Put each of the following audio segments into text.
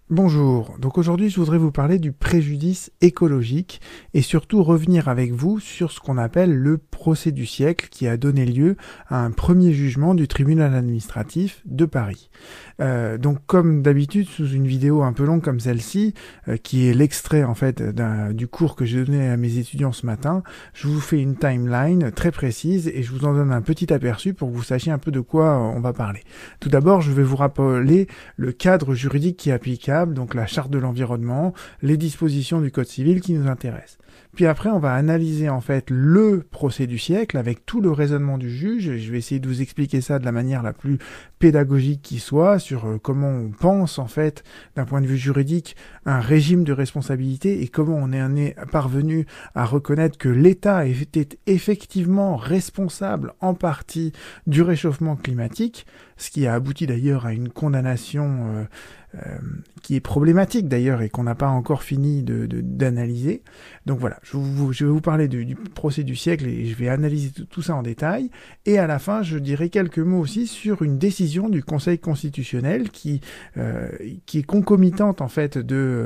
Bonjour, donc aujourd'hui je voudrais vous parler du préjudice écologique et surtout revenir avec vous sur ce qu'on appelle le procès du siècle qui a donné lieu à un premier jugement du tribunal administratif de Paris. Donc comme d'habitude sous une vidéo un peu longue comme celle-ci, qui est l'extrait en fait du cours que j'ai donné à mes étudiants ce matin, je vous fais une timeline très précise et je vous en donne un petit aperçu pour que vous sachiez un peu de quoi on va parler. Tout d'abord je vais vous rappeler le cadre juridique qui est applicable, donc la charte de l'environnement, les dispositions du code civil qui nous intéressent. Puis après, on va analyser en fait le procès du siècle avec tout le raisonnement du juge. Je vais essayer de vous expliquer ça de la manière la plus pédagogique qui soit, sur comment on pense en fait, d'un point de vue juridique, un régime de responsabilité et comment on est parvenu à reconnaître que l'État était effectivement responsable en partie du réchauffement climatique, ce qui a abouti d'ailleurs à une condamnation qui est problématique d'ailleurs et qu'on n'a pas encore fini d'analyser. Donc voilà, je vais vous parler du procès du siècle et je vais analyser tout ça en détail. Et à la fin, je dirai quelques mots aussi sur une décision du Conseil constitutionnel qui est concomitante en fait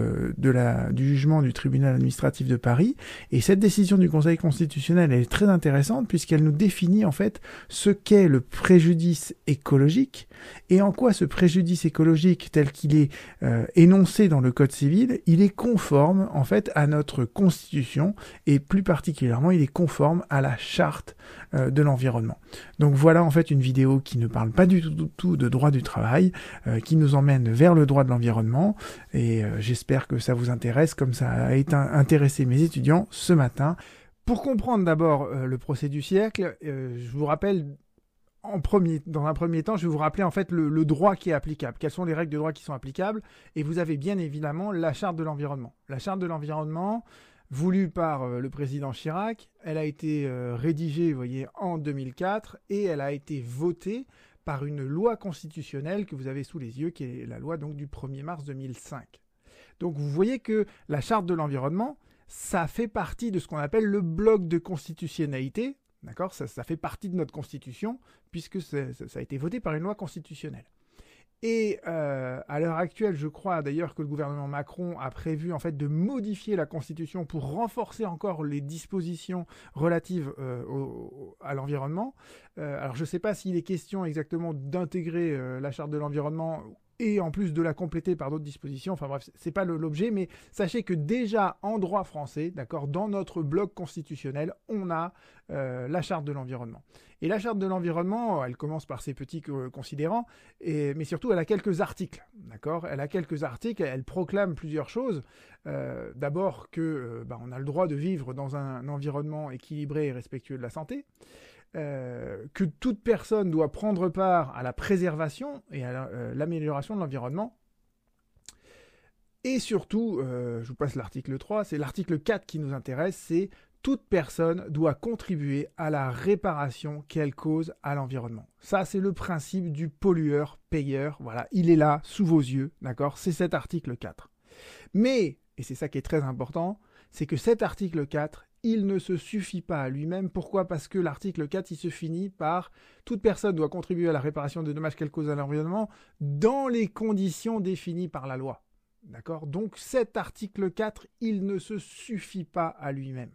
du jugement du tribunal administratif de Paris. Et cette décision du Conseil constitutionnel elle est très intéressante puisqu'elle nous définit en fait ce qu'est le préjudice écologique et en quoi ce préjudice écologique tel qu'il est énoncé dans le Code civil, il est conforme en fait à notre Constitution et plus particulièrement il est conforme à la charte de l'environnement. Donc voilà en fait une vidéo qui ne parle pas du tout de droit du travail, qui nous emmène vers le droit de l'environnement et j'espère que ça vous intéresse comme ça a intéressé mes étudiants ce matin. Pour comprendre d'abord le procès du siècle, je vous rappelle dans un premier temps, je vais vous rappeler en fait le droit qui est applicable. Quelles sont les règles de droit qui sont applicables? Et vous avez bien évidemment la charte de l'environnement. La charte de l'environnement, voulue par le président Chirac, elle a été rédigée, vous voyez, en 2004 et elle a été votée par une loi constitutionnelle que vous avez sous les yeux, qui est la loi donc du 1er mars 2005. Donc vous voyez que la charte de l'environnement, ça fait partie de ce qu'on appelle le bloc de constitutionnalité. D'accord, ça fait partie de notre Constitution, puisque ça a été voté par une loi constitutionnelle. Et à l'heure actuelle, je crois d'ailleurs que le gouvernement Macron a prévu en fait de modifier la Constitution pour renforcer encore les dispositions relatives à l'environnement. Alors je ne sais pas s'il est question exactement d'intégrer la charte de l'environnement et en plus de la compléter par d'autres dispositions. Enfin bref, c'est pas l'objet, mais sachez que déjà en droit français, d'accord, dans notre bloc constitutionnel, on a la charte de l'environnement. Et la charte de l'environnement, elle commence par ses petits considérants, mais surtout elle a quelques articles, d'accord. Elle a quelques articles, elle proclame plusieurs choses. D'abord que on a le droit de vivre dans un environnement équilibré et respectueux de la santé. Que toute personne doit prendre part à la préservation et à l'amélioration de l'environnement. Et surtout, je vous passe l'article 3, c'est l'article 4 qui nous intéresse, c'est toute personne doit contribuer à la réparation qu'elle cause à l'environnement. Ça, c'est le principe du pollueur-payeur. Voilà, il est là, sous vos yeux, d'accord? C'est cet article 4. Mais, et c'est ça qui est très important, c'est que cet article 4, il ne se suffit pas à lui-même. Pourquoi? Parce que l'article 4, il se finit par « Toute personne doit contribuer à la réparation des dommages qu'elle cause à l'environnement dans les conditions définies par la loi. » D'accord? Donc cet article 4, il ne se suffit pas à lui-même.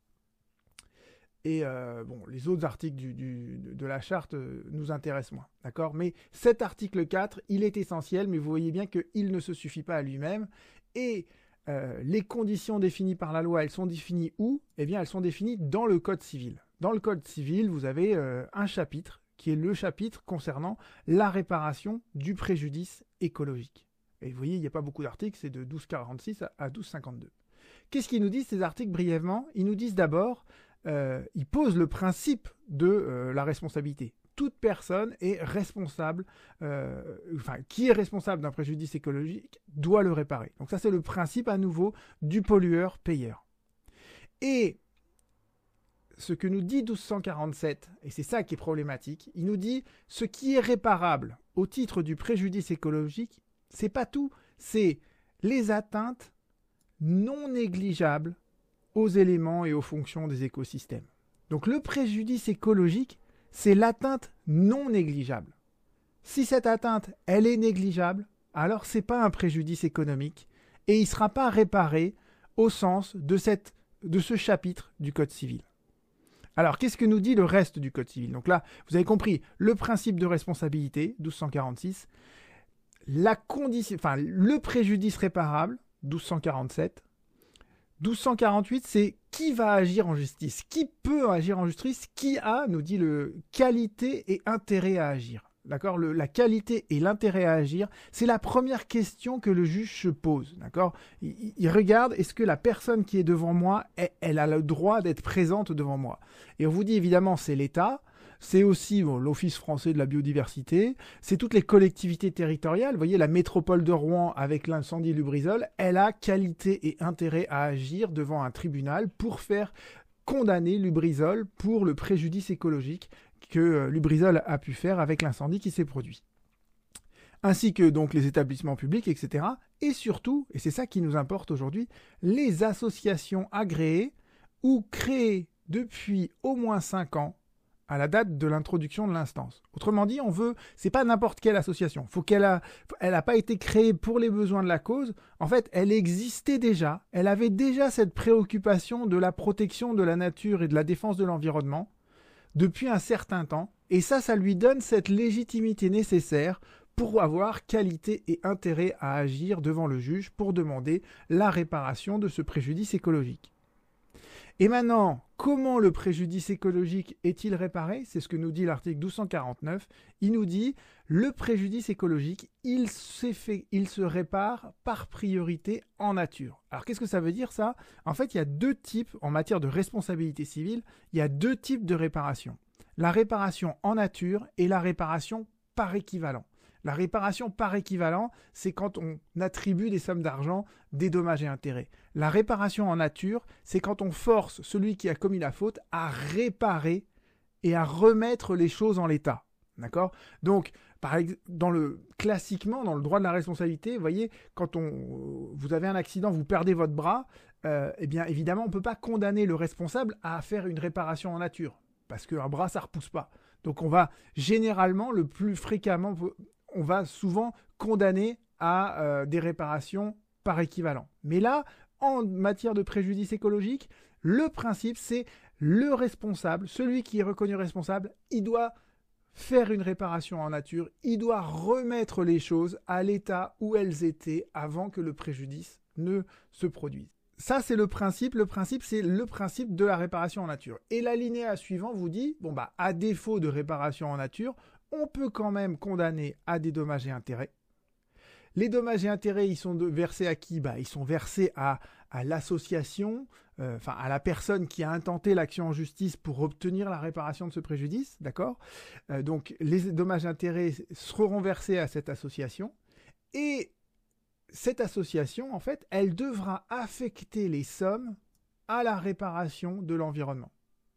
Et les autres articles de la charte nous intéressent moins. D'accord? Mais cet article 4, il est essentiel, mais vous voyez bien qu'il ne se suffit pas à lui-même. Et les conditions définies par la loi, elles sont définies où? Eh bien, elles sont définies dans le Code civil. Dans le Code civil, vous avez un chapitre, qui est le chapitre concernant la réparation du préjudice écologique. Et vous voyez, il n'y a pas beaucoup d'articles, c'est de 1246 à 1252. Qu'est-ce qu'ils nous disent, ces articles, brièvement? Ils nous disent d'abord, ils posent le principe de la responsabilité. Toute personne est responsable, qui est responsable d'un préjudice écologique doit le réparer. Donc ça, c'est le principe à nouveau du pollueur-payeur. Et ce que nous dit 1247, et c'est ça qui est problématique, il nous dit ce qui est réparable au titre du préjudice écologique, c'est pas tout, c'est les atteintes non négligeables aux éléments et aux fonctions des écosystèmes. Donc le préjudice écologique, c'est l'atteinte non négligeable. Si cette atteinte, elle est négligeable, alors c'est pas un préjudice économique et il sera pas réparé au sens de ce chapitre du Code civil. Alors, qu'est-ce que nous dit le reste du Code civil? Donc là, vous avez compris, le principe de responsabilité, 1246, le préjudice réparable, 1247. 1248, c'est qui va agir en justice? Qui peut agir en justice? Qui a, nous dit le qualité et intérêt à agir? D'accord, la qualité et l'intérêt à agir, c'est la première question que le juge se pose. D'accord, il regarde, est-ce que la personne qui est devant moi, elle a le droit d'être présente devant moi? Et on vous dit évidemment, c'est l'État, c'est aussi l'Office français de la biodiversité, c'est toutes les collectivités territoriales. Vous voyez, la métropole de Rouen avec l'incendie Lubrizol, elle a qualité et intérêt à agir devant un tribunal pour faire condamner Lubrizol pour le préjudice écologique que Lubrizol a pu faire avec l'incendie qui s'est produit. Ainsi que donc les établissements publics, etc. Et surtout, et c'est ça qui nous importe aujourd'hui, les associations agréées ou créées depuis au moins 5 ans à la date de l'introduction de l'instance. Autrement dit, c'est pas n'importe quelle association. Elle a pas été créée pour les besoins de la cause. En fait, elle existait déjà. Elle avait déjà cette préoccupation de la protection de la nature et de la défense de l'environnement depuis un certain temps, et ça lui donne cette légitimité nécessaire pour avoir qualité et intérêt à agir devant le juge pour demander la réparation de ce préjudice écologique. Et maintenant, comment le préjudice écologique est-il réparé? C'est ce que nous dit l'article 1249. Il nous dit, le préjudice écologique, il se répare par priorité en nature. Alors qu'est-ce que ça veut dire ça? En fait, il y a 2 types, en matière de responsabilité civile, il y a 2 types de réparation. La réparation en nature et la réparation par équivalent. La réparation par équivalent, c'est quand on attribue des sommes d'argent, des dommages et intérêts. La réparation en nature, c'est quand on force celui qui a commis la faute à réparer et à remettre les choses en l'état. D'accord? Donc, classiquement, dans le droit de la responsabilité, vous voyez, quand vous avez un accident, vous perdez votre bras, eh bien, évidemment, on ne peut pas condamner le responsable à faire une réparation en nature. Parce qu'un bras, ça ne repousse pas. Donc, on va généralement, le plus fréquemment, on va souvent condamner à des réparations par équivalent. Mais là, en matière de préjudice écologique, le principe, c'est le responsable, celui qui est reconnu responsable, il doit faire une réparation en nature, il doit remettre les choses à l'état où elles étaient avant que le préjudice ne se produise. Ça, c'est le principe. Le principe, c'est le principe de la réparation en nature. Et l'alinéa suivant vous dit, à défaut de réparation en nature, on peut quand même condamner à des dommages et intérêts. Les dommages et intérêts, ils sont versés à qui? Ils sont versés à l'association, à la personne qui a intenté l'action en justice pour obtenir la réparation de ce préjudice, d'accord? Donc, les dommages et intérêts seront versés à cette association. Et cette association, en fait, elle devra affecter les sommes à la réparation de l'environnement.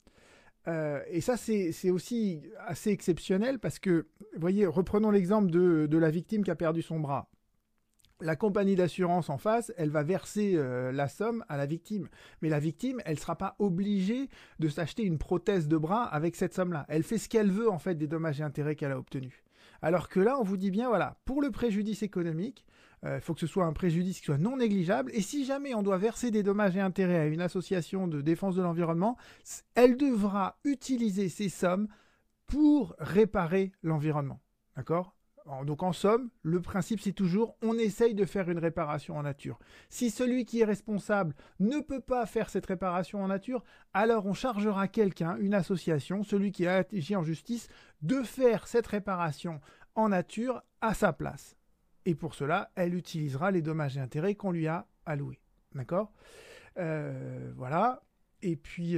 Et ça, c'est aussi assez exceptionnel parce que, vous voyez, reprenons l'exemple de la victime qui a perdu son bras. La compagnie d'assurance en face, elle va verser la somme à la victime. Mais la victime, elle ne sera pas obligée de s'acheter une prothèse de bras avec cette somme-là. Elle fait ce qu'elle veut, en fait, des dommages et intérêts qu'elle a obtenus. Alors que là, on vous dit bien, voilà, pour le préjudice économique, il faut que ce soit un préjudice qui soit non négligeable. Et si jamais on doit verser des dommages et intérêts à une association de défense de l'environnement, elle devra utiliser ces sommes pour réparer l'environnement. D'accord ? Donc en somme, le principe c'est toujours on essaye de faire une réparation en nature. Si celui qui est responsable ne peut pas faire cette réparation en nature, alors on chargera quelqu'un, une association, celui qui a agi en justice, de faire cette réparation en nature à sa place. Et pour cela, elle utilisera les dommages et intérêts qu'on lui a alloués. D'accord ? Voilà. Et puis,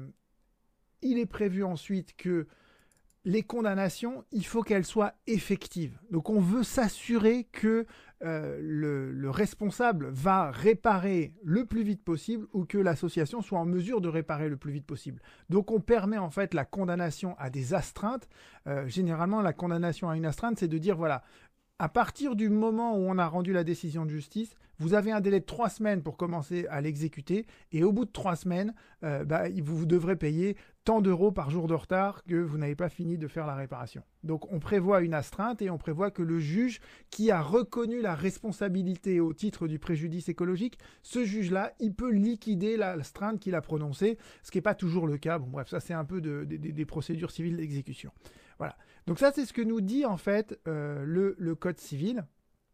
il est prévu ensuite que les condamnations, il faut qu'elles soient effectives. Donc on veut s'assurer que le responsable va réparer le plus vite possible ou que l'association soit en mesure de réparer le plus vite possible. Donc on permet en fait la condamnation à des astreintes. Généralement, la condamnation à une astreinte, c'est de dire voilà, À partir du moment où on a rendu la décision de justice, vous avez un délai de 3 semaines pour commencer à l'exécuter. Et au bout de 3 semaines, vous devrez payer tant d'euros par jour de retard que vous n'avez pas fini de faire la réparation. Donc on prévoit une astreinte et on prévoit que le juge qui a reconnu la responsabilité au titre du préjudice écologique, ce juge-là, il peut liquider l'astreinte qu'il a prononcée, ce qui n'est pas toujours le cas. Bon bref, ça c'est un peu des procédures civiles d'exécution. Voilà. Donc ça c'est ce que nous dit en fait le Code civil.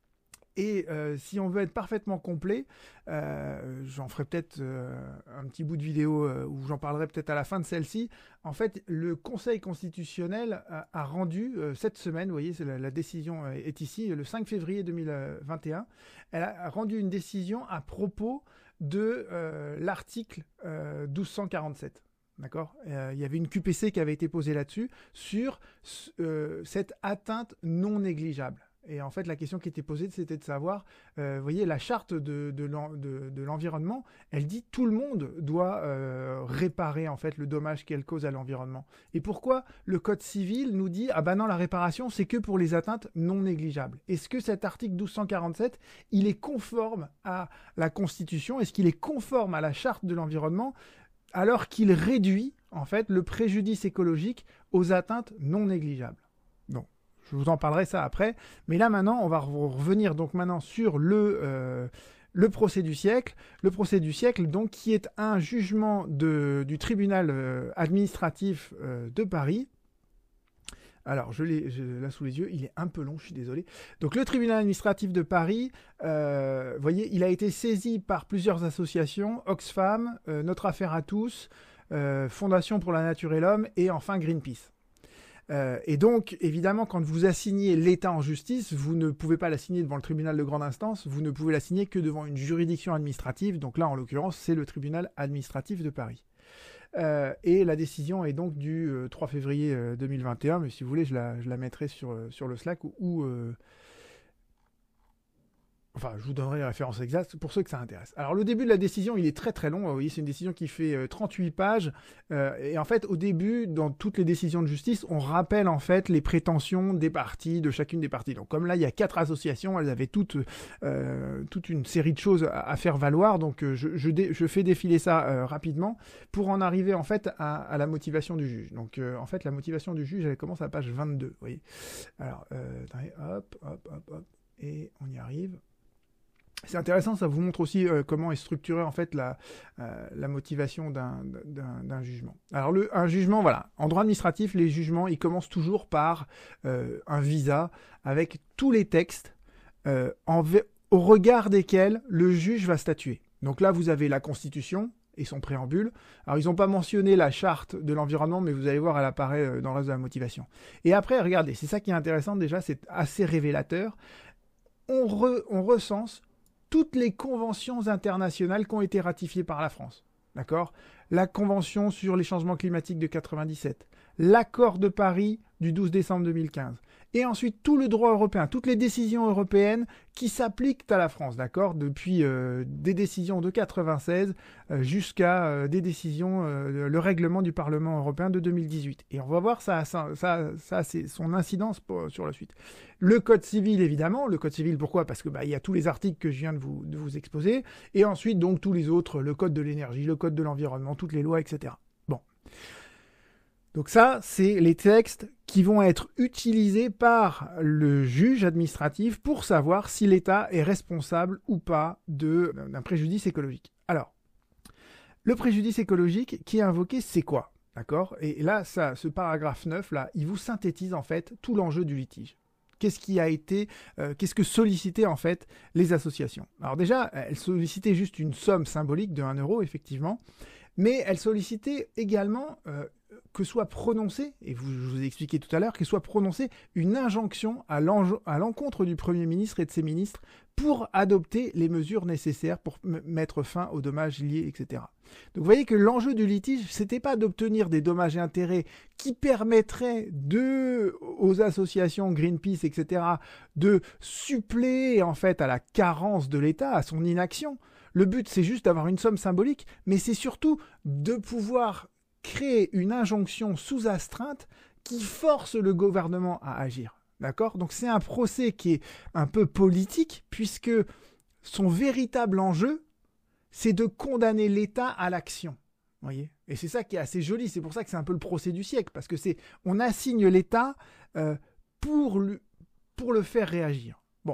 Et si on veut être parfaitement complet, j'en ferai peut-être un petit bout de vidéo où j'en parlerai peut-être à la fin de celle-ci. En fait, le Conseil constitutionnel a rendu cette semaine, vous voyez, la décision est ici, le 5 février 2021, elle a rendu une décision à propos de l'article 1247. D'accord. Il y avait une QPC qui avait été posée là-dessus sur cette atteinte non négligeable. Et en fait, la question qui était posée, c'était de savoir, vous voyez, la charte de l'environnement, elle dit tout le monde doit réparer en fait le dommage qu'elle cause à l'environnement. Et pourquoi le Code civil nous dit ah ben non, la réparation c'est que pour les atteintes non négligeables. Est-ce que cet article 1247, il est conforme à la Constitution? Est-ce qu'il est conforme à la charte de l'environnement alors qu'il réduit en fait le préjudice écologique aux atteintes non négligeables? Donc, je vous en parlerai ça après. Mais là, maintenant, on va revenir donc maintenant sur le procès du siècle. Le procès du siècle, donc, qui est un jugement du tribunal administratif de Paris. Alors, je l'ai là sous les yeux. Il est un peu long, je suis désolé. Donc, le tribunal administratif de Paris, vous voyez, il a été saisi par plusieurs associations. Oxfam, Notre Affaire à tous, Fondation pour la Nature et l'Homme et enfin Greenpeace. Et donc, évidemment, quand vous assignez l'État en justice, vous ne pouvez pas l'assigner devant le tribunal de grande instance, vous ne pouvez l'assigner que devant une juridiction administrative. Donc là, en l'occurrence, c'est le tribunal administratif de Paris. Et la décision est donc du 3 février 2021, mais si vous voulez, je la mettrai sur le Slack ou enfin, je vous donnerai les références exactes pour ceux que ça intéresse. Alors, le début de la décision, il est très très long. Vous voyez, c'est une décision qui fait 38 pages. Et en fait, au début, dans toutes les décisions de justice, on rappelle en fait les prétentions des parties, de chacune des parties. Donc, comme là, il y a 4 associations, elles avaient toute une série de choses à faire valoir. Donc, je fais défiler ça rapidement pour en arriver en fait à la motivation du juge. Donc, en fait, la motivation du juge, elle commence à la page 22. Vous voyez. Alors, attendez, hop, et on y arrive. C'est intéressant, ça vous montre aussi comment est structurée en fait la motivation d'un jugement. Alors un jugement, voilà, en droit administratif, les jugements, ils commencent toujours par un visa avec tous les textes au regard desquels le juge va statuer. Donc là, vous avez la Constitution et son préambule. Alors ils n'ont pas mentionné la charte de l'environnement, mais vous allez voir, elle apparaît dans le reste de la motivation. Et après, regardez, c'est ça qui est intéressant déjà, c'est assez révélateur. On recense toutes les conventions internationales qui ont été ratifiées par la France. D'accord ? La Convention sur les changements climatiques de 97, l'accord de Paris du 12 décembre 2015, et ensuite tout le droit européen, toutes les décisions européennes qui s'appliquent à la France, d'accord ? Depuis des décisions de 96 jusqu'à des décisions, le règlement du Parlement européen de 2018. Et on va voir ça c'est son incidence sur la suite. Le Code civil, évidemment. Le Code civil, pourquoi ? Parce que il y a tous les articles que je viens de vous exposer, et ensuite donc tous les autres, le Code de l'énergie, le Code de l'environnement, toutes les lois, etc. Bon. Donc ça, c'est les textes qui vont être utilisés par le juge administratif pour savoir si l'État est responsable ou pas d'un préjudice écologique. Alors, le préjudice écologique qui est invoqué, c'est quoi ? D'accord ? Et là, ce paragraphe 9, là, il vous synthétise en fait tout l'enjeu du litige. Qu'est-ce que sollicitaient en fait les associations ? Alors déjà, elles sollicitaient juste une somme symbolique de 1 euro, effectivement, mais elles sollicitaient également que soit prononcée, et je vous ai expliqué tout à l'heure, que soit prononcée une injonction à l'encontre du Premier ministre et de ses ministres pour adopter les mesures nécessaires pour mettre fin aux dommages liés, etc. Donc vous voyez que l'enjeu du litige, c'était pas d'obtenir des dommages et intérêts qui permettraient aux associations Greenpeace, etc., de suppléer en fait à la carence de l'État, à son inaction. Le but, c'est juste d'avoir une somme symbolique, mais c'est surtout de pouvoir créer une injonction sous astreinte qui force le gouvernement à agir. D'accord? Donc c'est un procès qui est un peu politique, puisque son véritable enjeu, c'est de condamner l'État à l'action. Voyez, et c'est ça qui est assez joli, c'est pour ça que c'est un peu le procès du siècle, parce que on assigne l'État pour le faire réagir. Bon.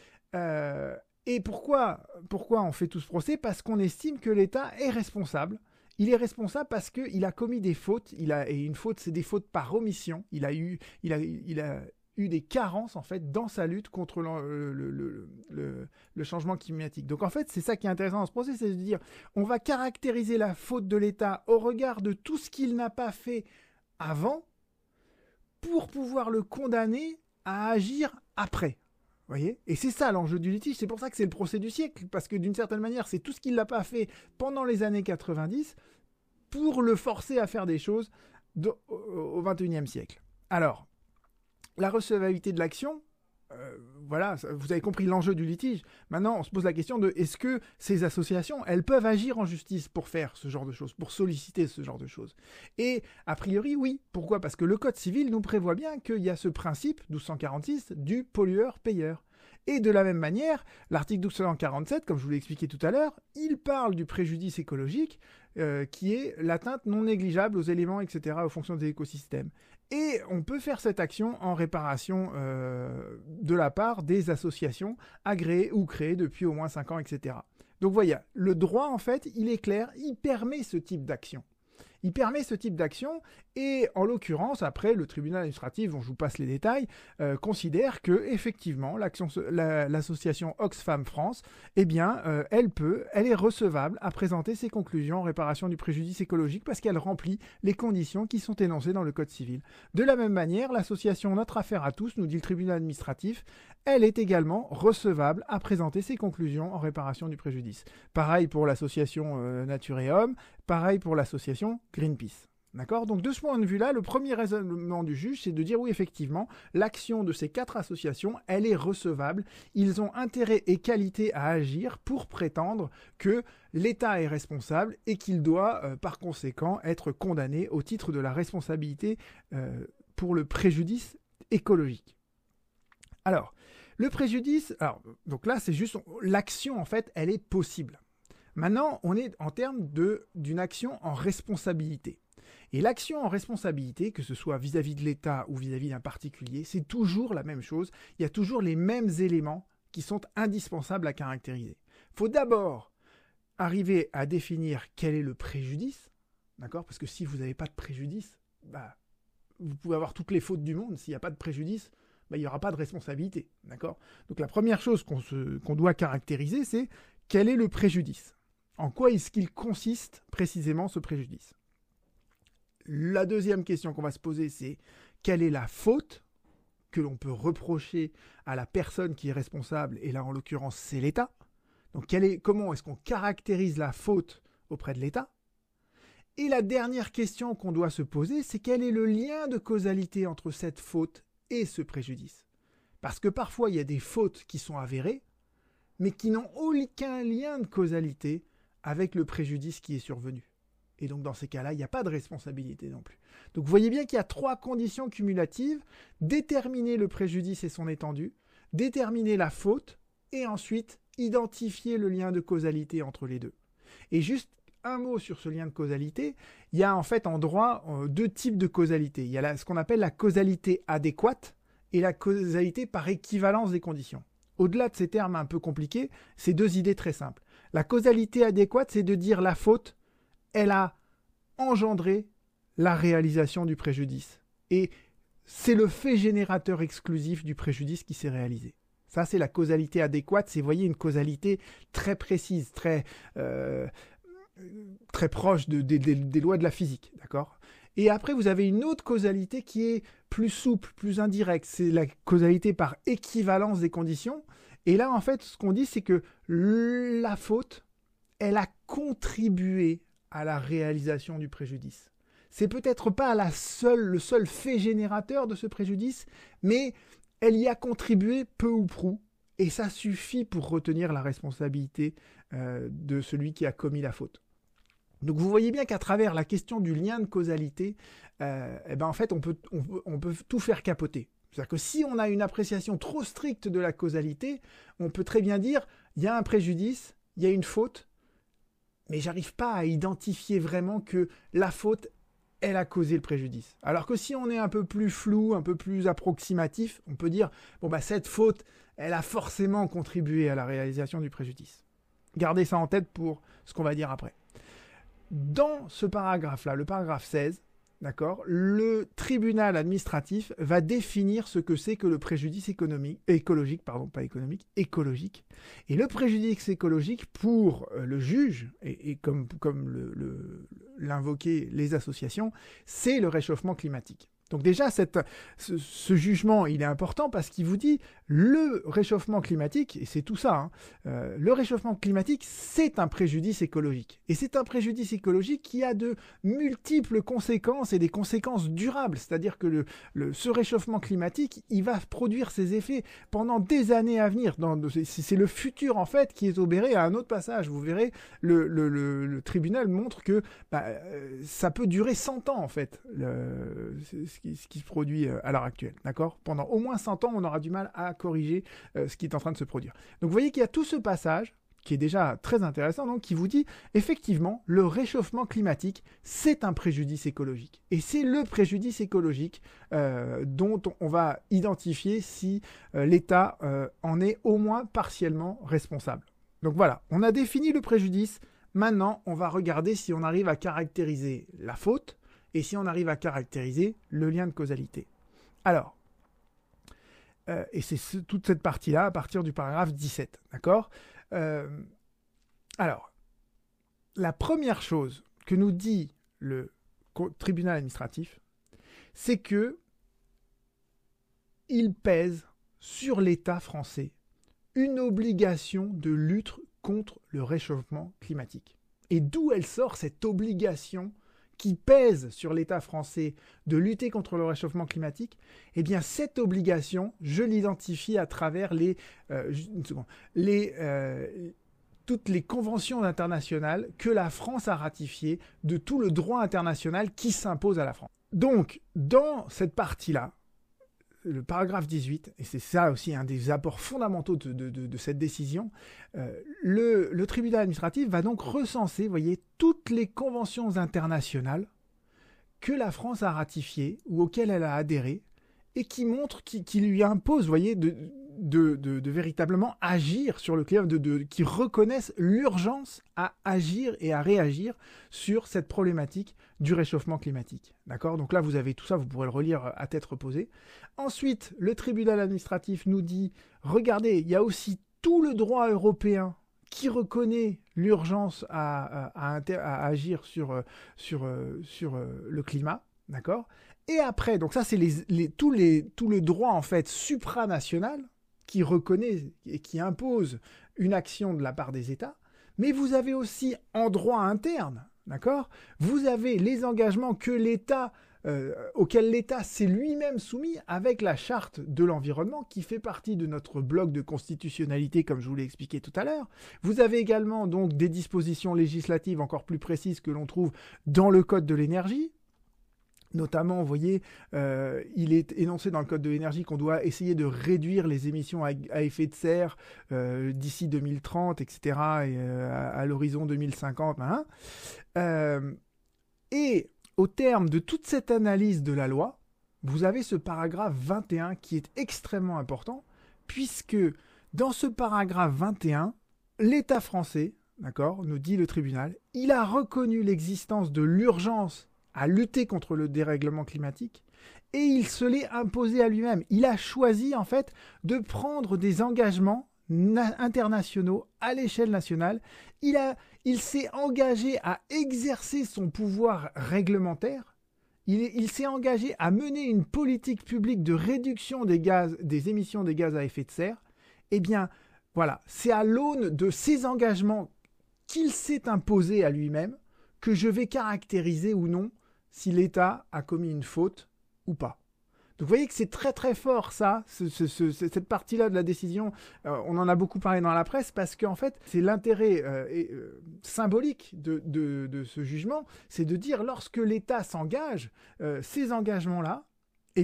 Et pourquoi on fait tout ce procès? Parce qu'on estime que l'État est responsable. Il est responsable parce qu'il a commis des fautes. Et une faute, c'est des fautes par omission. Il a eu des carences en fait dans sa lutte contre le changement climatique. Donc en fait, c'est ça qui est intéressant dans ce procès, c'est de dire on va caractériser la faute de l'État au regard de tout ce qu'il n'a pas fait avant pour pouvoir le condamner à agir après. Voyez, et c'est ça l'enjeu du litige, c'est pour ça que c'est le procès du siècle, parce que d'une certaine manière, c'est tout ce qu'il n'a pas fait pendant les années 90 pour le forcer à faire des choses au 21e siècle. Alors, la recevabilité de l'action, voilà, vous avez compris l'enjeu du litige. Maintenant, on se pose la question de est-ce que ces associations, elles peuvent agir en justice pour faire ce genre de choses, pour solliciter ce genre de choses? Et a priori, oui. Pourquoi? Parce que le Code civil nous prévoit bien qu'il y a ce principe, 1246, du pollueur-payeur. Et de la même manière, l'article 1247, comme je vous l'ai expliqué tout à l'heure, il parle du préjudice écologique, qui est l'atteinte non négligeable aux éléments, etc., aux fonctions des écosystèmes. Et on peut faire cette action en réparation de la part des associations agréées ou créées depuis au moins 5 ans, etc. Donc voyez, le droit, en fait, il est clair, il permet ce type d'action. Il permet ce type d'action et, en l'occurrence, après, le tribunal administratif, dont je vous passe les détails, considère que effectivement l'association Oxfam France, eh bien, elle est recevable à présenter ses conclusions en réparation du préjudice écologique parce qu'elle remplit les conditions qui sont énoncées dans le Code civil. De la même manière, l'association Notre Affaire à tous, nous dit le tribunal administratif, elle est également recevable à présenter ses conclusions en réparation du préjudice. Pareil pour l'association Nature et Homme, pareil pour l'association Greenpeace. D'accord? Donc de ce point de vue-là, le premier raisonnement du juge, c'est de dire oui, effectivement, l'action de ces 4 associations, elle est recevable. Ils ont intérêt et qualité à agir pour prétendre que l'État est responsable et qu'il doit, par conséquent, être condamné au titre de la responsabilité pour le préjudice écologique. Alors, le préjudice, donc là, c'est juste l'action, en fait, elle est possible. Maintenant, on est en termes d'une action en responsabilité. Et l'action en responsabilité, que ce soit vis-à-vis de l'État ou vis-à-vis d'un particulier, c'est toujours la même chose. Il y a toujours les mêmes éléments qui sont indispensables à caractériser. Il faut d'abord arriver à définir quel est le préjudice, d'accord? Parce que si vous n'avez pas de préjudice, vous pouvez avoir toutes les fautes du monde. S'il n'y a pas de préjudice, il n'y aura pas de responsabilité, d'accord? Donc la première chose qu'on doit caractériser, c'est quel est le préjudice? En quoi est-ce qu'il consiste précisément ce préjudice? La deuxième question qu'on va se poser, c'est quelle est la faute que l'on peut reprocher à la personne qui est responsable, et là en l'occurrence c'est l'État. Donc comment est-ce qu'on caractérise la faute auprès de l'État? Et la dernière question qu'on doit se poser, c'est quel est le lien de causalité entre cette faute et ce préjudice? Parce que parfois il y a des fautes qui sont avérées, mais qui n'ont aucun lien de causalité avec le préjudice qui est survenu. Et donc dans ces cas-là, il n'y a pas de responsabilité non plus. Donc vous voyez bien qu'il y a 3 conditions cumulatives: déterminer le préjudice et son étendue, déterminer la faute, et ensuite identifier le lien de causalité entre les deux. Et juste un mot sur ce lien de causalité, il y a en fait en droit 2 types de causalité. Il y a ce qu'on appelle la causalité adéquate et la causalité par équivalence des conditions. Au-delà de ces termes un peu compliqués, c'est 2 idées très simples. La causalité adéquate, c'est de dire la faute, elle a engendré la réalisation du préjudice. Et c'est le fait générateur exclusif du préjudice qui s'est réalisé. Ça, c'est la causalité adéquate. C'est, vous voyez, une causalité très précise, très proche des lois de la physique, d'accord? Et après, vous avez une autre causalité qui est plus souple, plus indirecte. C'est la causalité par équivalence des conditions. Et là, en fait, ce qu'on dit, c'est que la faute, elle a contribué à la réalisation du préjudice. C'est peut-être pas le seul fait générateur de ce préjudice, mais elle y a contribué peu ou prou. Et ça suffit pour retenir la responsabilité de celui qui a commis la faute. Donc vous voyez bien qu'à travers la question du lien de causalité, en fait on peut tout faire capoter. C'est-à-dire que si on a une appréciation trop stricte de la causalité, on peut très bien dire, il y a un préjudice, il y a une faute, mais j'arrive pas à identifier vraiment que la faute, elle a causé le préjudice. Alors que si on est un peu plus flou, un peu plus approximatif, on peut dire, bon bah cette faute, elle a forcément contribué à la réalisation du préjudice. Gardez ça en tête pour ce qu'on va dire après. Dans ce paragraphe-là, le paragraphe 16, d'accord, le tribunal administratif va définir ce que c'est que le préjudice écologique. Et le préjudice écologique, pour le juge, et comme l'invoquaient les associations, c'est le réchauffement climatique. Donc déjà, ce jugement, il est important parce qu'il vous dit le réchauffement climatique, et c'est tout ça, le réchauffement climatique, c'est un préjudice écologique. Et c'est un préjudice écologique qui a de multiples conséquences et des conséquences durables. C'est-à-dire que ce réchauffement climatique, il va produire ses effets pendant des années à venir. C'est le futur, en fait, qui est obéré à un autre passage. Vous verrez, le tribunal montre que ça peut durer 100 ans, en fait, ce qui se produit à l'heure actuelle, d'accord ? Pendant au moins 100 ans, on aura du mal à corriger ce qui est en train de se produire. Donc vous voyez qu'il y a tout ce passage qui est déjà très intéressant, donc qui vous dit effectivement le réchauffement climatique, c'est un préjudice écologique. Et c'est le préjudice écologique dont on va identifier si l'État en est au moins partiellement responsable. Donc voilà, on a défini le préjudice. Maintenant, on va regarder si on arrive à caractériser la faute, et si on arrive à caractériser le lien de causalité. Alors, et c'est toute cette partie-là à partir du paragraphe 17, d'accord ? Alors, la première chose que nous dit le tribunal administratif, c'est que il pèse sur l'État français une obligation de lutte contre le réchauffement climatique. Et d'où elle sort cette obligation qui pèse sur l'État français de lutter contre le réchauffement climatique? Eh bien, cette obligation, je l'identifie à travers toutes les conventions internationales que la France a ratifiées, de tout le droit international qui s'impose à la France. Donc, dans cette partie-là, le paragraphe 18, et c'est ça aussi un des apports fondamentaux de cette décision, le tribunal administratif va donc recenser, vous voyez, toutes les conventions internationales que la France a ratifiées ou auxquelles elle a adhéré et qui montrent, qui lui imposent, vous voyez, de véritablement agir sur le climat, qui reconnaissent l'urgence à agir et à réagir sur cette problématique du réchauffement climatique. D'accord ? Donc là, vous avez tout ça, vous pourrez le relire à tête reposée. Ensuite, le tribunal administratif nous dit, regardez, il y a aussi tout le droit européen qui reconnaît l'urgence à agir sur le climat. D'accord ? Et après, donc ça, c'est tout le droit, en fait, supranational qui reconnaît et qui impose une action de la part des États. Mais vous avez aussi, en droit interne, d'accord ? Vous avez les engagements que l'État, auxquels l'État s'est lui-même soumis avec la charte de l'environnement qui fait partie de notre bloc de constitutionnalité, comme je vous l'ai expliqué tout à l'heure. Vous avez également donc des dispositions législatives encore plus précises que l'on trouve dans le Code de l'énergie. Notamment, vous voyez, il est énoncé dans le Code de l'énergie qu'on doit essayer de réduire les émissions à effet de serre d'ici 2030, etc., et à l'horizon 2050. Et au terme de toute cette analyse de la loi, vous avez ce paragraphe 21 qui est extrêmement important, puisque dans ce paragraphe 21, l'État français, d'accord, nous dit le tribunal, il a reconnu l'existence de l'urgence à lutter contre le dérèglement climatique, et il se l'est imposé à lui-même. Il a choisi, en fait, de prendre des engagements internationaux à l'échelle nationale. Il s'est engagé à exercer son pouvoir réglementaire. Il s'est engagé à mener une politique publique de réduction des émissions des gaz à effet de serre. Eh bien, voilà, c'est à l'aune de ces engagements qu'il s'est imposé à lui-même que je vais caractériser ou non si l'État a commis une faute ou pas. Donc vous voyez que c'est très très fort ça, cette partie-là de la décision, on en a beaucoup parlé dans la presse parce qu'en fait c'est l'intérêt symbolique de ce jugement, c'est de dire lorsque l'État s'engage, ces engagements-là, eh bien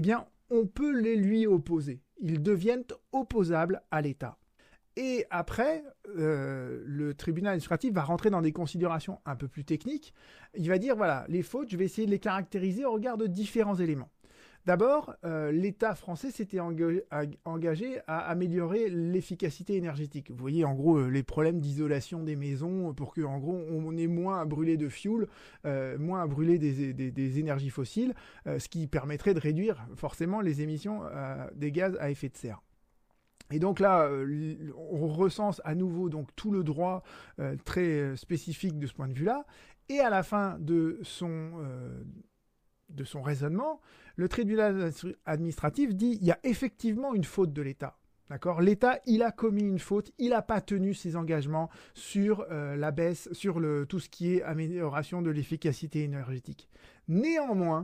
on peut les lui opposer. Ils deviennent opposables à l'État. Et après, le tribunal administratif va rentrer dans des considérations un peu plus techniques. Il va dire, voilà, les fautes, je vais essayer de les caractériser au regard de différents éléments. D'abord, l'État français s'était engagé à améliorer l'efficacité énergétique. Vous voyez, en gros, les problèmes d'isolation des maisons pour que, en gros, on ait moins à brûler de fioul, moins à brûler des énergies fossiles, ce qui permettrait de réduire forcément les émissions des gaz à effet de serre. Et donc là, on recense à nouveau donc tout le droit très spécifique de ce point de vue-là. Et à la fin de son raisonnement, le tribunal administratif dit il y a effectivement une faute de l'État. D'accord ? L'État, il a commis une faute, il n'a pas tenu ses engagements sur la baisse, sur tout ce qui est amélioration de l'efficacité énergétique. Néanmoins,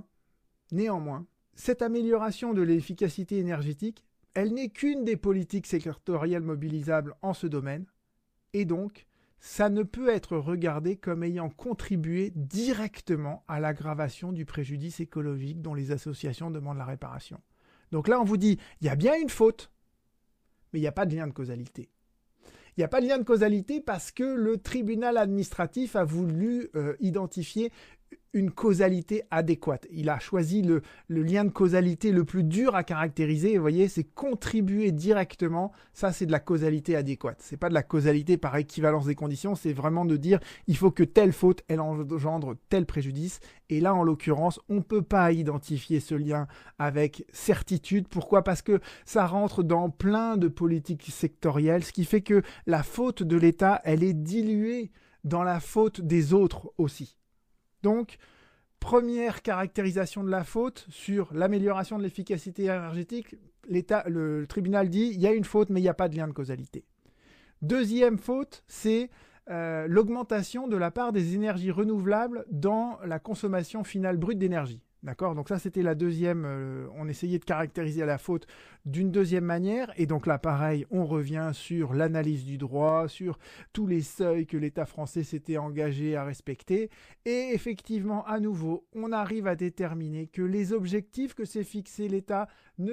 cette amélioration de l'efficacité énergétique, elle n'est qu'une des politiques sectorielles mobilisables en ce domaine, et donc, ça ne peut être regardé comme ayant contribué directement à l'aggravation du préjudice écologique dont les associations demandent la réparation. Donc là, on vous dit, il y a bien une faute, mais il n'y a pas de lien de causalité. Il n'y a pas de lien de causalité parce que le tribunal administratif a voulu identifier une causalité adéquate. Il a choisi le lien de causalité le plus dur à caractériser. Vous voyez, c'est contribuer directement. Ça, c'est de la causalité adéquate. C'est pas de la causalité par équivalence des conditions. C'est vraiment de dire, il faut que telle faute, elle engendre tel préjudice. Et là, en l'occurrence, on peut pas identifier ce lien avec certitude. Pourquoi ? Parce que ça rentre dans plein de politiques sectorielles, ce qui fait que la faute de l'État, elle est diluée dans la faute des autres aussi. Donc, première caractérisation de la faute sur l'amélioration de l'efficacité énergétique, le tribunal dit il y a une faute mais il n'y a pas de lien de causalité. Deuxième faute, c'est l'augmentation de la part des énergies renouvelables dans la consommation finale brute d'énergie. D'accord ? Donc ça, c'était la deuxième, on essayait de caractériser la faute d'une deuxième manière, et donc là, pareil, on revient sur l'analyse du droit, sur tous les seuils que l'État français s'était engagé à respecter, et effectivement, à nouveau, on arrive à déterminer que les objectifs que s'est fixé l'État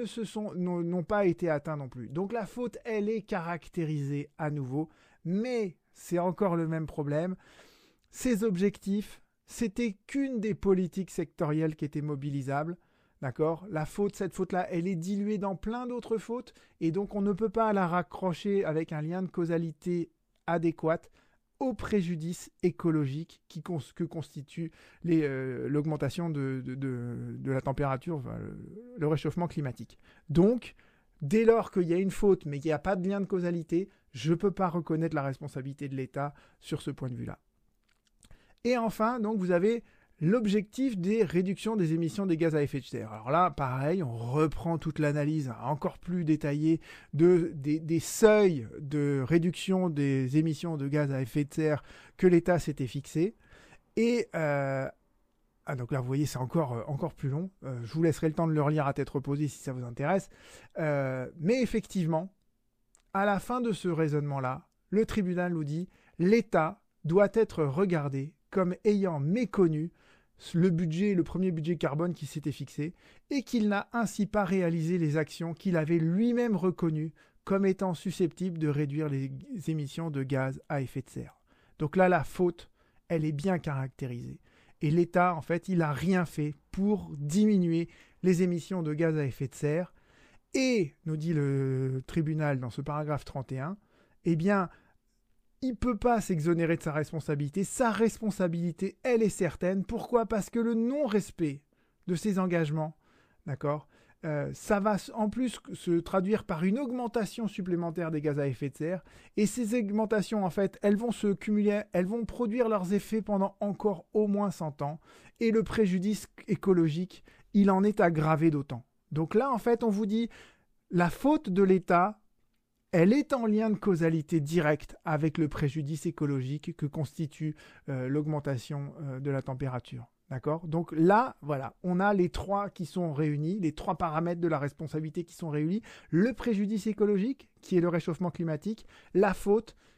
n'ont pas été atteints non plus. Donc la faute, elle est caractérisée à nouveau, mais c'est encore le même problème. Ces objectifs, c'était qu'une des politiques sectorielles qui étaient mobilisables, d'accord ? Cette faute-là, elle est diluée dans plein d'autres fautes, et donc on ne peut pas la raccrocher avec un lien de causalité adéquat au préjudice écologique que constitue l'augmentation de la température, enfin, le réchauffement climatique. Donc, dès lors qu'il y a une faute, mais qu'il n'y a pas de lien de causalité, je ne peux pas reconnaître la responsabilité de l'État sur ce point de vue-là. Et enfin, donc, vous avez l'objectif des réductions des émissions des gaz à effet de serre. Alors là, pareil, on reprend toute l'analyse encore plus détaillée des seuils de réduction des émissions de gaz à effet de serre que l'État s'était fixé. Et donc là, vous voyez, c'est encore plus long. Je vous laisserai le temps de le relire à tête reposée si ça vous intéresse. Mais effectivement, à la fin de ce raisonnement-là, le tribunal nous dit « l'État doit être regardé comme ayant méconnu le premier budget carbone qui s'était fixé et qu'il n'a ainsi pas réalisé les actions qu'il avait lui-même reconnues comme étant susceptibles de réduire les émissions de gaz à effet de serre. » Donc là, la faute, elle est bien caractérisée. Et l'État, en fait, il n'a rien fait pour diminuer les émissions de gaz à effet de serre. Et, nous dit le tribunal dans ce paragraphe 31, eh bien, il ne peut pas s'exonérer de sa responsabilité. Sa responsabilité, elle est certaine. Pourquoi ? Parce que le non-respect de ses engagements, d'accord, ça va en plus se traduire par une augmentation supplémentaire des gaz à effet de serre. Et ces augmentations, en fait, elles vont se cumuler, elles vont produire leurs effets pendant encore au moins 100 ans. Et le préjudice écologique, il en est aggravé d'autant. Donc là, en fait, on vous dit, la faute de l'État, elle est en lien de causalité directe avec le préjudice écologique que constitue l'augmentation de la température. D'accord ? Donc là, voilà, on a les trois qui sont réunis, les trois paramètres de la responsabilité qui sont réunis. Le préjudice écologique, qui est le réchauffement climatique, la faute,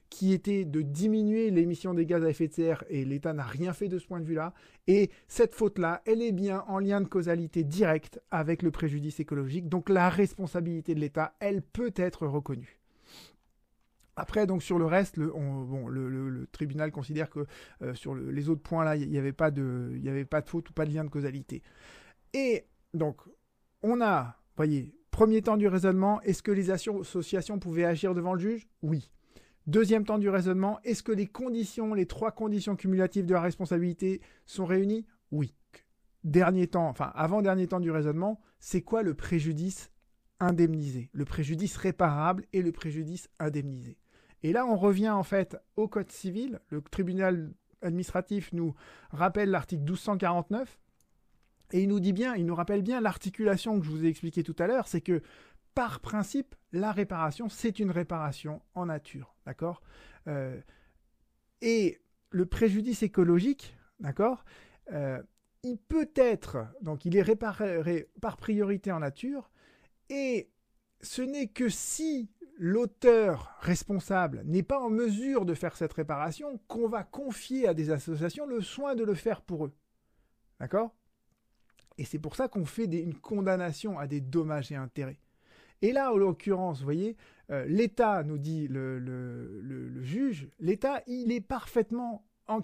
qui était de diminuer l'émission des gaz à effet de serre, et l'État n'a rien fait de ce point de vue-là. Et cette faute-là, elle est bien en lien de causalité directe avec le préjudice écologique. Donc la responsabilité de l'État, elle peut être reconnue. Après, donc sur le reste, le tribunal considère que sur les autres points là, il n'y avait pas de faute ou pas de lien de causalité. Et donc, on a, voyez, premier temps du raisonnement, est-ce que les associations pouvaient agir devant le juge? Oui. Deuxième temps du raisonnement, est-ce que les 3 conditions cumulatives de la responsabilité sont réunies? Oui. Avant-dernier temps du raisonnement, c'est quoi le préjudice indemnisé? Le préjudice réparable et le préjudice indemnisé. Et là, on revient en fait au Code civil. Le tribunal administratif nous rappelle l'article 1249 et il nous rappelle bien l'articulation que je vous ai expliquée tout à l'heure, c'est que par principe, la réparation, c'est une réparation en nature, d'accord ? Et le préjudice écologique, d'accord, il peut être, donc il est réparé par priorité en nature, et ce n'est que si l'auteur responsable n'est pas en mesure de faire cette réparation qu'on va confier à des associations le soin de le faire pour eux. D'accord ? Et c'est pour ça qu'on fait une condamnation à des dommages et intérêts. Et là, en l'occurrence, vous voyez, l'État, nous dit le juge, l'État, il est parfaitement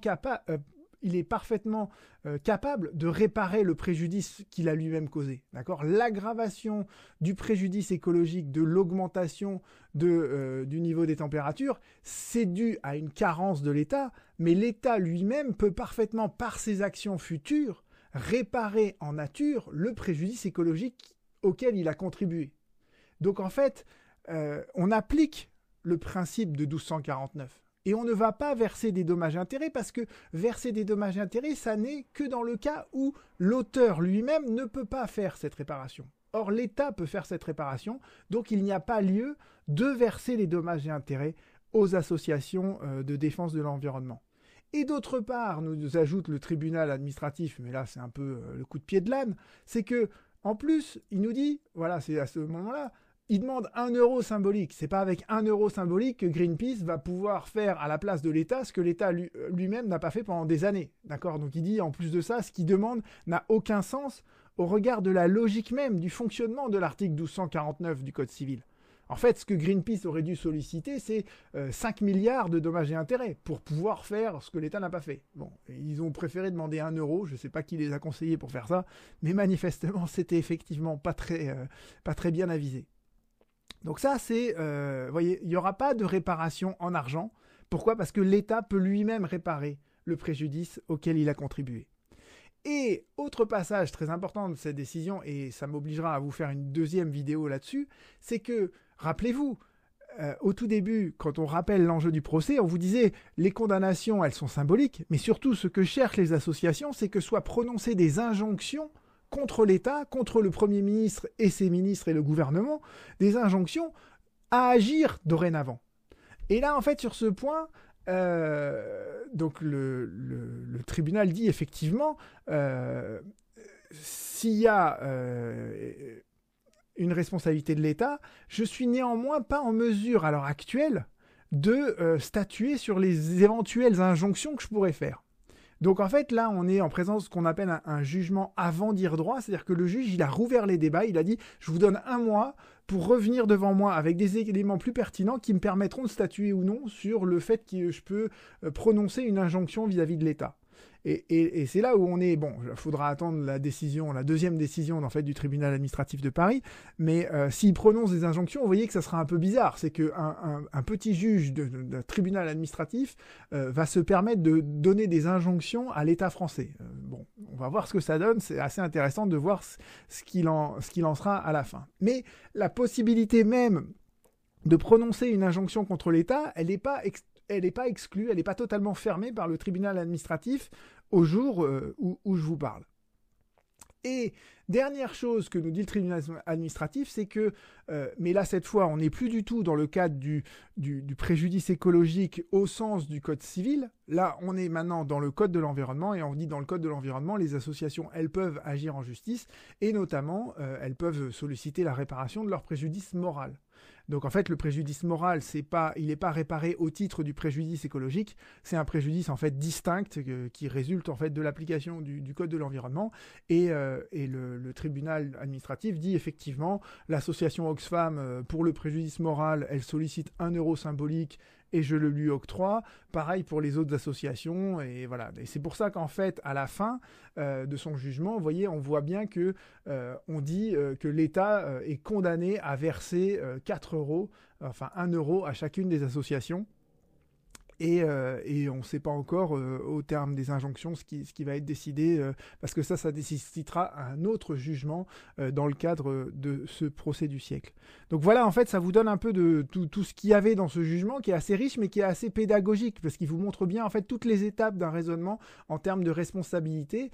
capable de réparer le préjudice qu'il a lui-même causé. D'accord ? L'aggravation du préjudice écologique, de l'augmentation du niveau des températures, c'est dû à une carence de l'État, mais l'État lui-même peut parfaitement, par ses actions futures, réparer en nature le préjudice écologique auquel il a contribué. Donc en fait, on applique le principe de 1249. Et on ne va pas verser des dommages et intérêts parce que verser des dommages et intérêts, ça n'est que dans le cas où l'auteur lui-même ne peut pas faire cette réparation. Or, l'État peut faire cette réparation, donc il n'y a pas lieu de verser les dommages et intérêts aux associations de défense de l'environnement. Et d'autre part, nous ajoute le tribunal administratif, mais là c'est un peu le coup de pied de l'âne, c'est que en plus, il nous dit, voilà, c'est à ce moment-là, il demande 1 euro symbolique. C'est pas avec 1 euro symbolique que Greenpeace va pouvoir faire à la place de l'État ce que l'État lui-même n'a pas fait pendant des années. D'accord ? Donc il dit, en plus de ça, ce qu'il demande n'a aucun sens au regard de la logique même du fonctionnement de l'article 1249 du Code civil. En fait, ce que Greenpeace aurait dû solliciter, c'est 5 milliards de dommages et intérêts pour pouvoir faire ce que l'État n'a pas fait. Bon, ils ont préféré demander 1 euro, je ne sais pas qui les a conseillés pour faire ça, mais manifestement, c'était effectivement pas très bien avisé. Donc ça, c'est, voyez, il n'y aura pas de réparation en argent. Pourquoi ? Parce que l'État peut lui-même réparer le préjudice auquel il a contribué. Et autre passage très important de cette décision, et ça m'obligera à vous faire une deuxième vidéo là-dessus, c'est que, rappelez-vous, au tout début, quand on rappelle l'enjeu du procès, on vous disait les condamnations, elles sont symboliques, mais surtout ce que cherchent les associations, c'est que soient prononcées des injonctions contre l'État, contre le Premier ministre et ses ministres et le gouvernement, des injonctions à agir dorénavant. Et là, en fait, sur ce point, donc le tribunal dit effectivement, s'il y a une responsabilité de l'État, je suis néanmoins pas en mesure, à l'heure actuelle, de statuer sur les éventuelles injonctions que je pourrais faire. Donc en fait, là, on est en présence de ce qu'on appelle un jugement avant dire droit, c'est-à-dire que le juge, il a rouvert les débats, il a dit « je vous donne 1 mois pour revenir devant moi avec des éléments plus pertinents qui me permettront de statuer ou non sur le fait que je peux prononcer une injonction vis-à-vis de l'État ». Et c'est là où on est, bon, il faudra attendre la deuxième décision en fait, du tribunal administratif de Paris, mais s'il prononce des injonctions, vous voyez que ça sera un peu bizarre, c'est qu'un petit juge d'un tribunal administratif va se permettre de donner des injonctions à l'État français. Bon, on va voir ce que ça donne, c'est assez intéressant de voir ce qu'il en sera à la fin. Mais la possibilité même de prononcer une injonction contre l'État, elle n'est pas exclue, elle n'est pas totalement fermée par le tribunal administratif au jour où je vous parle. Et dernière chose que nous dit le tribunal administratif, c'est que, mais là cette fois on n'est plus du tout dans le cadre du préjudice écologique au sens du code civil, là on est maintenant dans le code de l'environnement, et on dit dans le code de l'environnement, les associations elles peuvent agir en justice, et notamment elles peuvent solliciter la réparation de leur préjudice moral. Donc en fait, le préjudice moral, il n'est pas réparé au titre du préjudice écologique, c'est un préjudice en fait distinct qui résulte en fait de l'application du Code de l'environnement. Et le tribunal administratif dit effectivement, l'association Oxfam, pour le préjudice moral, elle sollicite 1 euro symbolique et je le lui octroie. Pareil pour les autres associations. Et voilà. Et c'est pour ça qu'en fait, à la fin de son jugement, vous voyez, on voit bien que on dit que l'État est condamné à verser 4 euros, enfin 1 euro à chacune des associations. Et on ne sait pas encore, au terme des injonctions, ce qui va être décidé, parce que ça nécessitera un autre jugement dans le cadre de ce procès du siècle. Donc voilà, en fait, ça vous donne un peu de tout ce qu'il y avait dans ce jugement, qui est assez riche, mais qui est assez pédagogique, parce qu'il vous montre bien, en fait, toutes les étapes d'un raisonnement en termes de responsabilité,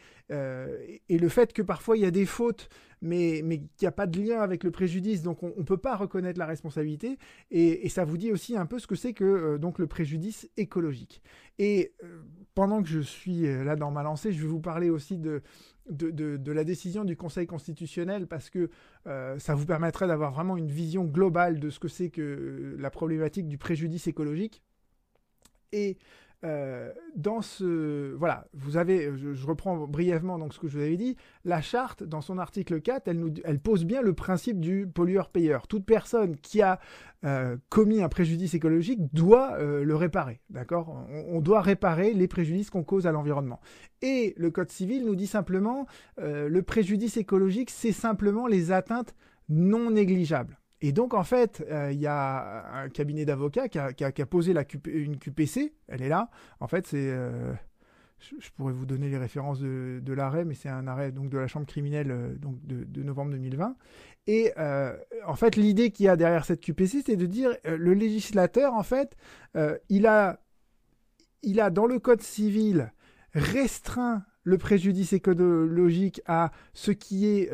et le fait que parfois il y a des fautes, mais qu'il n'y a pas de lien avec le préjudice, donc on ne peut pas reconnaître la responsabilité, et ça vous dit aussi un peu ce que c'est que donc le préjudice écologique. Et pendant que je suis là dans ma lancée, je vais vous parler aussi de la décision du Conseil constitutionnel, parce que ça vous permettrait d'avoir vraiment une vision globale de ce que c'est que la problématique du préjudice écologique. Et dans ce... Voilà, vous avez... Je reprends brièvement donc ce que je vous avais dit. La charte, dans son article 4, elle pose bien le principe du pollueur-payeur. Toute personne qui a commis un préjudice écologique doit le réparer. D'accord ? On doit réparer les préjudices qu'on cause à l'environnement. Et le Code civil nous dit simplement le préjudice écologique, c'est simplement les atteintes non négligeables. Et donc, en fait, il y a un cabinet d'avocats qui a posé une QPC. Elle est là. En fait, c'est... je pourrais vous donner les références de l'arrêt, mais c'est un arrêt donc, de la Chambre criminelle donc de novembre 2020. Et en fait, l'idée qu'il y a derrière cette QPC, c'est de dire le législateur, en fait, il a dans le Code civil restreint le préjudice écologique à ce qui est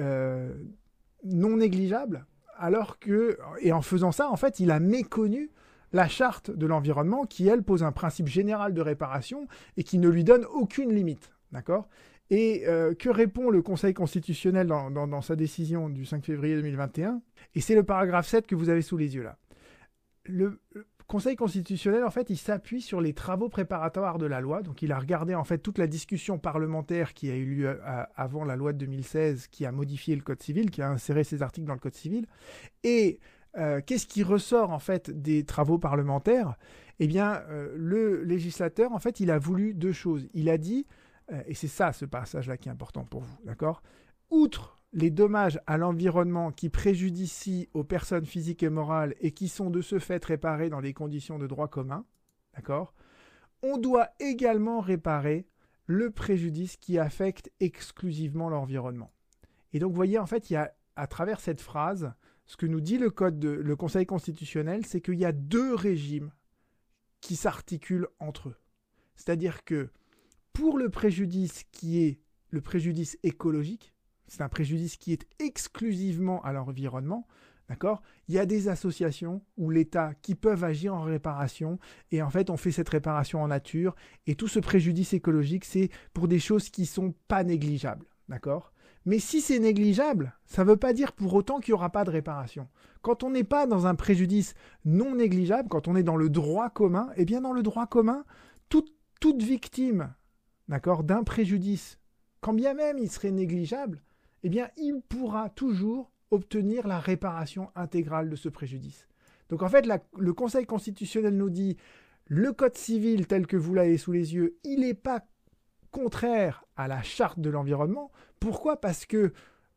non négligeable. Alors que, et en faisant ça, en fait, il a méconnu la charte de l'environnement qui, elle, pose un principe général de réparation et qui ne lui donne aucune limite. D'accord ? Et que répond le Conseil constitutionnel dans sa décision du 5 février 2021 ? Et c'est le paragraphe 7 que vous avez sous les yeux là. Le Conseil constitutionnel, en fait, il s'appuie sur les travaux préparatoires de la loi. Donc, il a regardé, en fait, toute la discussion parlementaire qui a eu lieu avant la loi de 2016, qui a modifié le Code civil, qui a inséré ces articles dans le Code civil. Et qu'est-ce qui ressort, en fait, des travaux parlementaires ? Eh bien, le législateur, en fait, il a voulu 2 choses. Il a dit, et c'est ça, ce passage-là qui est important pour vous, d'accord ? Outre les dommages à l'environnement qui préjudicient aux personnes physiques et morales et qui sont de ce fait réparés dans des conditions de droit commun, d'accord ? On doit également réparer le préjudice qui affecte exclusivement l'environnement. Et donc, vous voyez, en fait, il y a, à travers cette phrase, ce que nous dit le Conseil constitutionnel, c'est qu'il y a 2 régimes qui s'articulent entre eux. C'est-à-dire que pour le préjudice qui est le préjudice écologique, c'est un préjudice qui est exclusivement à l'environnement, d'accord ? Il y a des associations ou l'État qui peuvent agir en réparation et en fait on fait cette réparation en nature et tout ce préjudice écologique c'est pour des choses qui ne sont pas négligeables, d'accord ? Mais si c'est négligeable, ça ne veut pas dire pour autant qu'il n'y aura pas de réparation. Quand on n'est pas dans un préjudice non négligeable, quand on est dans le droit commun, eh bien dans le droit commun, toute victime, d'accord, d'un préjudice, quand bien même il serait négligeable, eh bien, il pourra toujours obtenir la réparation intégrale de ce préjudice. Donc, en fait, le Conseil constitutionnel nous dit le Code civil tel que vous l'avez sous les yeux, il n'est pas contraire à la charte de l'environnement. Pourquoi ? Parce que,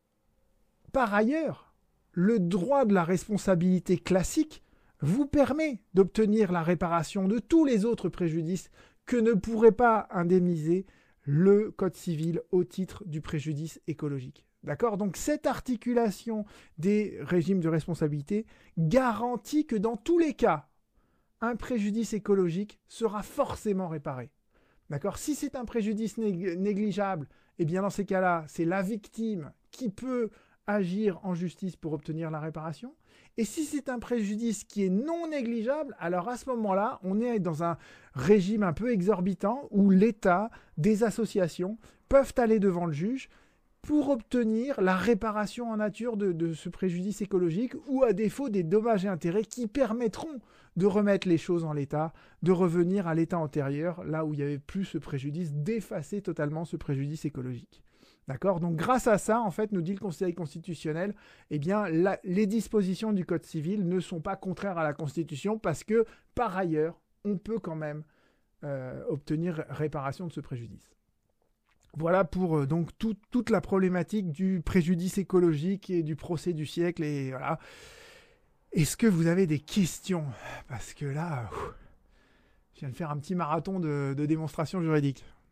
par ailleurs, le droit de la responsabilité classique vous permet d'obtenir la réparation de tous les autres préjudices que ne pourrait pas indemniser le Code civil au titre du préjudice écologique. D'accord ? Donc cette articulation des régimes de responsabilité garantit que dans tous les cas, un préjudice écologique sera forcément réparé. D'accord ? Si c'est un préjudice négligeable, eh bien dans ces cas-là, c'est la victime qui peut agir en justice pour obtenir la réparation. Et si c'est un préjudice qui est non négligeable, alors à ce moment-là, on est dans un régime un peu exorbitant où l'État, des associations peuvent aller devant le juge pour obtenir la réparation en nature de ce préjudice écologique ou à défaut des dommages et intérêts qui permettront de remettre les choses en l'état, de revenir à l'état antérieur, là où il n'y avait plus ce préjudice, d'effacer totalement ce préjudice écologique. D'accord ? Donc grâce à ça, en fait, nous dit le Conseil constitutionnel, eh bien, les dispositions du Code civil ne sont pas contraires à la Constitution parce que, par ailleurs, on peut quand même obtenir réparation de ce préjudice. Voilà pour donc toute la problématique du préjudice écologique et du procès du siècle. Et voilà. Est-ce que vous avez des questions ? Parce que là, je viens de faire un petit marathon de démonstration juridique.